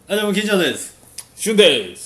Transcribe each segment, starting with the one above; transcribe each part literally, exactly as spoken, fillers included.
あ、どうも金ちゃんです。 しゅんです。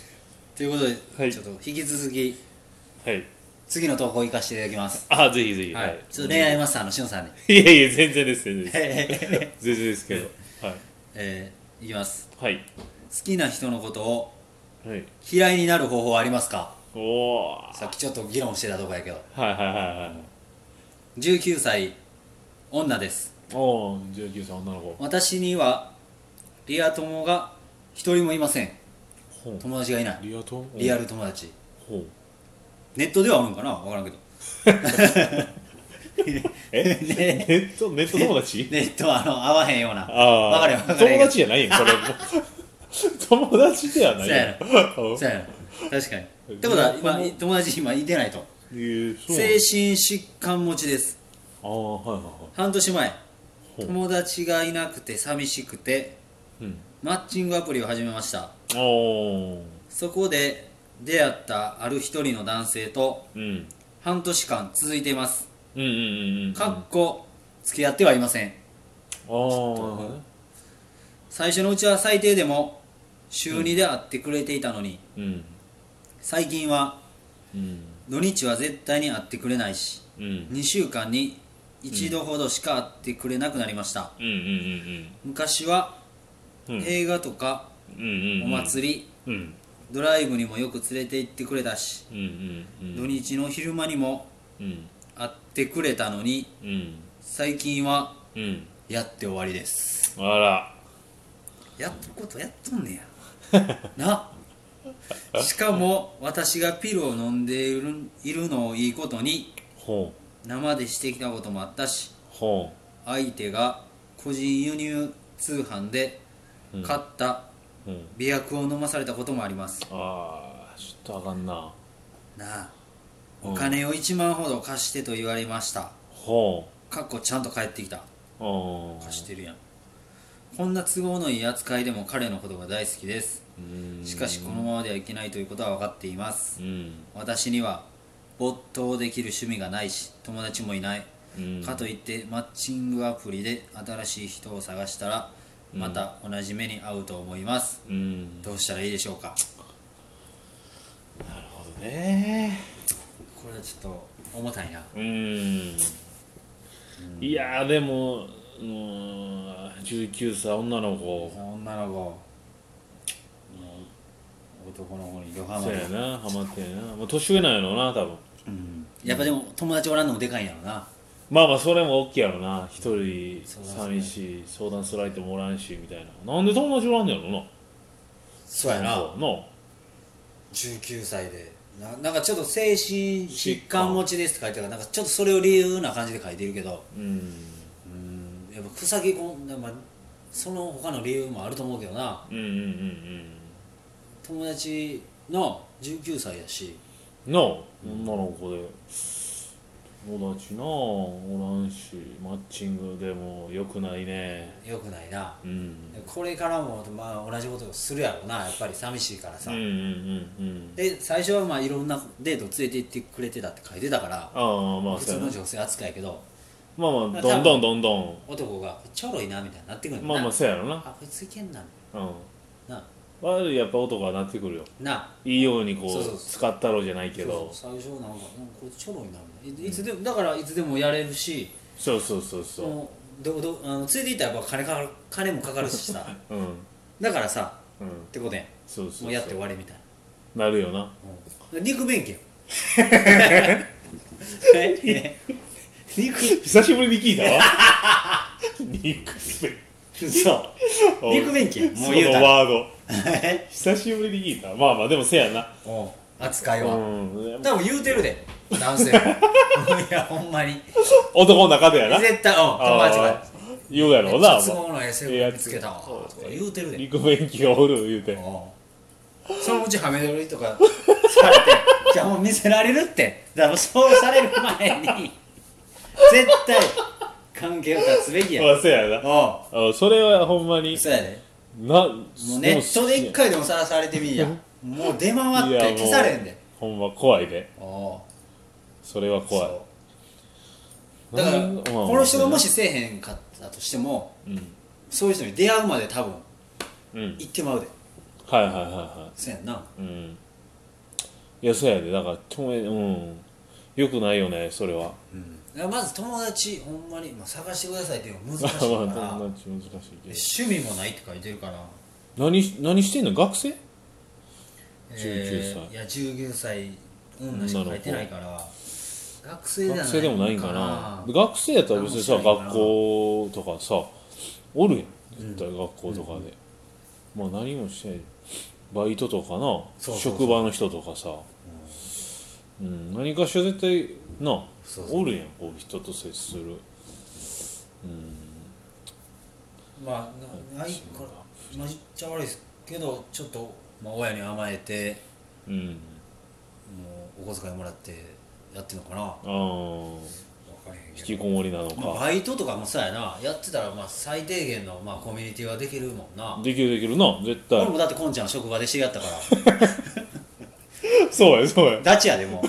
ということで、 はい。 ちょっと引き続きはい。 次の投稿行かせていただきます。 あ、ぜひぜひ。 はい。 はい。 ちょっと恋愛マスターのしゅんさんに。 いやいや、全然です、全然です。全然ですけど。はい。 えー、いきます。 はい。 好きな人のことをはい。 嫌いになる方法はありますか？ おー。 さっきちょっと議論してたとこやけど。 はいはいはいはい。 じゅうきゅうさい女です。 おー、じゅうきゅうさい女の子。 私にはリア友が一人もいません。 ほう。 友達がいない。 リア友リアル友達。 ほう。 ネットではあるんかな、分からんけど。 えネット、ネット友達ネットはあの合わへんような。 あ分かるよあ、友達じゃないよ、それも。友達ではないよ。 そうやな。そうやな。確かに。ってことは今友達今いてないと。 えー、そう精神疾患持ちです。 ああ、はいはいはい。 半年前ほう。 友達がいなくて寂しくてうん。 マッチングアプリを始めました。 おー。 そこで出会ったある一人の男性とうん。 半年間続いています。 うんうんうんうん。 かっこ付き合ってはいません。 ああ、 最初のうちは最低でも週にで会ってくれていたのに、 うん。 最近はうん土日は絶対に会ってくれないし、 うんにしゅうかんに一度ほどしか会ってくれなくなりました。 うんうん昔はうんうん映画とかうんうんお祭り、 うんドライブにもよく連れて行ってくれたし、 うんうんうん土日の昼間にもうん会ってくれたのに、 うん最近はうんやって終わりです。 あらやっとることやっとんねやな。しかも私がピルを飲んでいるいるのをいいことにほ生でしてきたこともあったし、 うほ相手が個人輸入通販でううん買ったうん美薬を飲まされたこともあります。 ああちょっとあかんななあ、 うんお金をいちまんほど貸してと言われました。 ほかっこちゃんと返ってきた。 うああ貸してるやん。こんな都合のいい扱いでも彼のことが大好きです。 うーんしかしこのままではいけないということは分かっています。 うん私には没頭できる趣味がないし友達もいない、 うんかといってマッチングアプリで新しい人を探したらまた同じ目に遭うと思います。 うんどうしたらいいでしょうか？ なるほどねこれはちょっと重たいな。 うーんいやーでもうーんじゅうきゅうさい女の子女の子もう男の子にドハマそうり。 やなハマってんやなもう年上なんやろうな多分うん、やっぱでも友達おらんのもでかいんやろな。 まあまあそれも大きいやろな一人そうだね寂しい相談する相手もおらんしみたいななんで友達おらんねやろなそうやな。 んかなじゅうきゅうさいでな、なんかちょっと精神疾患持ちですって書いてあるから、なんかちょっとそれを理由な感じで書いてるけど、 うんうん、やっぱ塞ぎ込んだ、まあ、その他の理由もあると思うけどな。 うんうんうん友達のじゅうきゅうさいやし、 うんなあ女の子で友達なあおらんしマッチングでもよくないねよくないな。 うんこれからも、まあ、同じことをするやろうな。やっぱり寂しいからさ、 うんうんうんうんで最初はまあいろんなデート連れて行ってくれてたって書いてたからああまあ普そうやな通の女性扱いやけど、 まあまあどんどんどんどん男がちょろいなみたいになってくるんだな。 まあまあそうやろなあ、こいついけんなうんな悪いやっぱ男はなってくるよないいようにこそうそうう使ったろうじゃないけどそうそう最初なんか、うん、こいつちょろいなみたいないつでもだからいつでもやれるし、 そうそうそうそうもうどどあの連れて行ったらやっぱ金かかる金もかかるしさうんだからさうんってことやん。 そうそうそうもうやって終わりみたいなるよなな、うん、肉弁慶肉久しぶりに聞いたわ肉そう肉弁慶そもう言うたらのワード久しぶりに聞いたまあまあでもせやなうん扱いは、 うん多分言うてるで男性もいやほんまに男の中でやな絶対うん友達が言うやろうな都合のええセブン見つけたわとか言うてるで、 肉便器がおる言うてうんそのうちハメ撮りとかされてじゃあもう見せられるってだからそうされる前に絶対関係を断つべきやまあせやなうあそれはほんまにんそうやでなもうネットで一回でもさらされてみいやもう出回って消されんでほんま怖いでおうそれは怖いそうだからなんこの人がもしせえへんかったとしてもうんそういう人に出会うまで多分うん行ってまうで、 はいはいはいはそうやんな。 いうんいやそうやでだからとめうんよくないよねそれはうん、まず友達ほんまに、まあ、探してくださいっていうのが難しいまあから友達難しいけど趣味もないって書いてるから何何してんの学生じゅうきゅうさい、 えーいやじゅうきゅうさい女しか書いてないから学生ではない学生でもないんかな学生やったら別にさかもしれんかな学校とかさおるやん絶対学校とかで、まあ何もしてないバイトとかなそうそうそう職場の人とかさ、うん、何かしら絶対なそうそうおるやんこう人と接するまあなないからまあ言っちゃ悪いですけどちょっと、まあ、親に甘えてうんもうお小遣いもらってやってんのかなああ分からへんけど、 引きこもりなのまあ、 かバイトとかもそうやなやってたらまあ最低限のまあコミュニティはできるもんな。 できるできるな絶対俺もだってこんちゃん職場で知り合ったからそうやそうやダチやでもう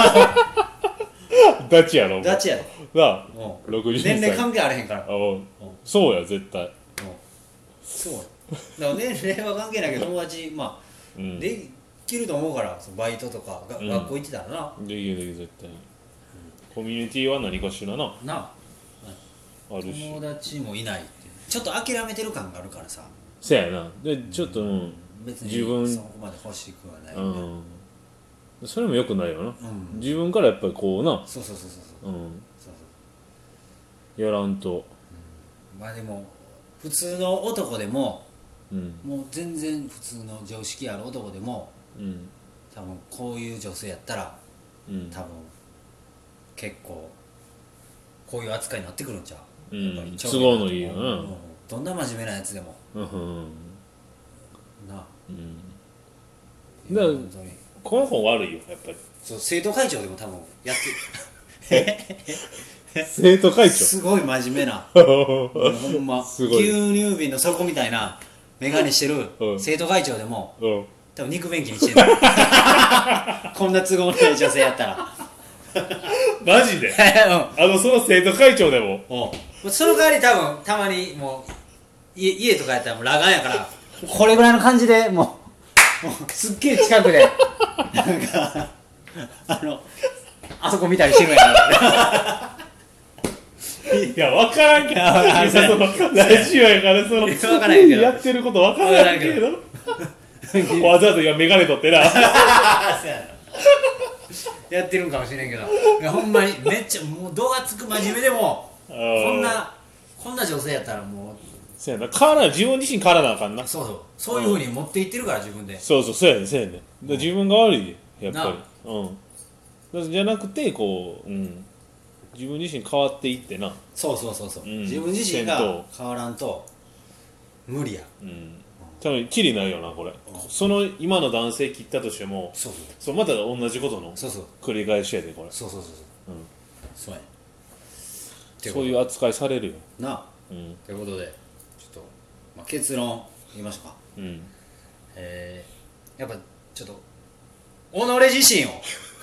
ダチやろもうダチやでなあもうろくじゅっさい年齢関係あれへんからあおうそうや絶対そうだから年齢は関係ないけど友達まあ、 うん、 できると思うからそのバイトとかが、 うん学校行ってたらなできるできる絶対、コミュニティは何かしらななあるし友達もいないってちょっと諦めてる感があるからさせやなでちょっと、うん別に自分そこまで欲しくはない、 うんそれもよくないよな、 うん自分からやっぱりこうな、 そうそうそうそうそううん、 そうそうやらんと、 まあでも普通の男でもうんもう全然普通の常識ある男でもうん多分こういう女性やったらうん多分結構こういう扱いになってくるんちゃう、 うんやっぱり都合のいいよなうんどんな真面目なやつでもうんうんなだから本当にこの本悪いよやっぱりそう生徒会長でも多分やって生徒会長すごい真面目なもうほんますごい牛乳瓶の底みたいな眼鏡してるうん生徒会長でもうん多分肉便器にしてるこんな都合のいい女性やったらマジでうあのその生徒会長でもんうんその代わり多分たまにもう家家とかやったらもう裸眼やからこれぐらいの感じでもうもうすっげえ近くでなんかあのあそこ見たりしてるんやからいや分からんけどや分からんそのラジオやからその分からんけどやってること分からんけどわざと今眼鏡取ってなそうやなやってるんかもしれんけどいやほんまにめっちゃもう動画つく真面目でもこんなこんな女性やったらもうそうやな変わらな自分自身変わらなあかんなそうそうそういうふうに持っていってるから自分でそうそうそうやねそうやねだから自分が悪いやっぱりうんだからじゃなくてこう、うん、自分自身変わっていってなそうそうそうそう、 うん自分自身がせんと変わらんと無理やうん多分きりないよなこれその今の男性切ったとしてもそうそうそうまた同じことのそうそう繰り返しやでこれそうそうそうそううんそうやそういう扱いされるよなあうんということでちょっと、まあ、結論言いましょうかうんえー、やっぱちょっと己自身を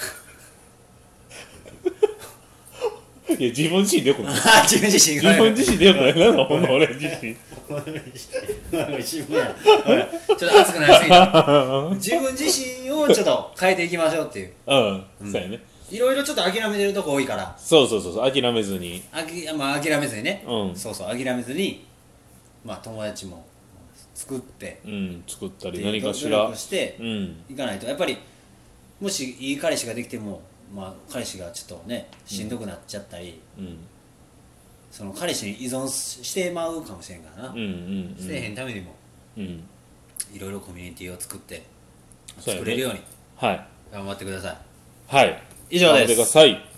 いや自分自身でよくない自分自身が自分自身でよくないなんだほんの俺自身自分やほらちょっと熱くなりすぎた自分自身をちょっと変えていきましょうっていううん、そうやねいろいろちょっと諦めてるとこ多いからそうそうそうそう諦めずにあき、まあ、諦めずにね、 うんそうそう諦めずにまあ友達も作ってうん作ったりで何かし努ら力してうんいかないとやっぱりもしいい彼氏ができてもまあ彼氏がちょっとねしんどくなっちゃったり、 うんその彼氏に依存してまうかもしれんからな、 うんうんせえへんためにもうんいろいろコミュニティを作ってそうやね作れるようにはい頑張ってください。 はい以上です頑張ってください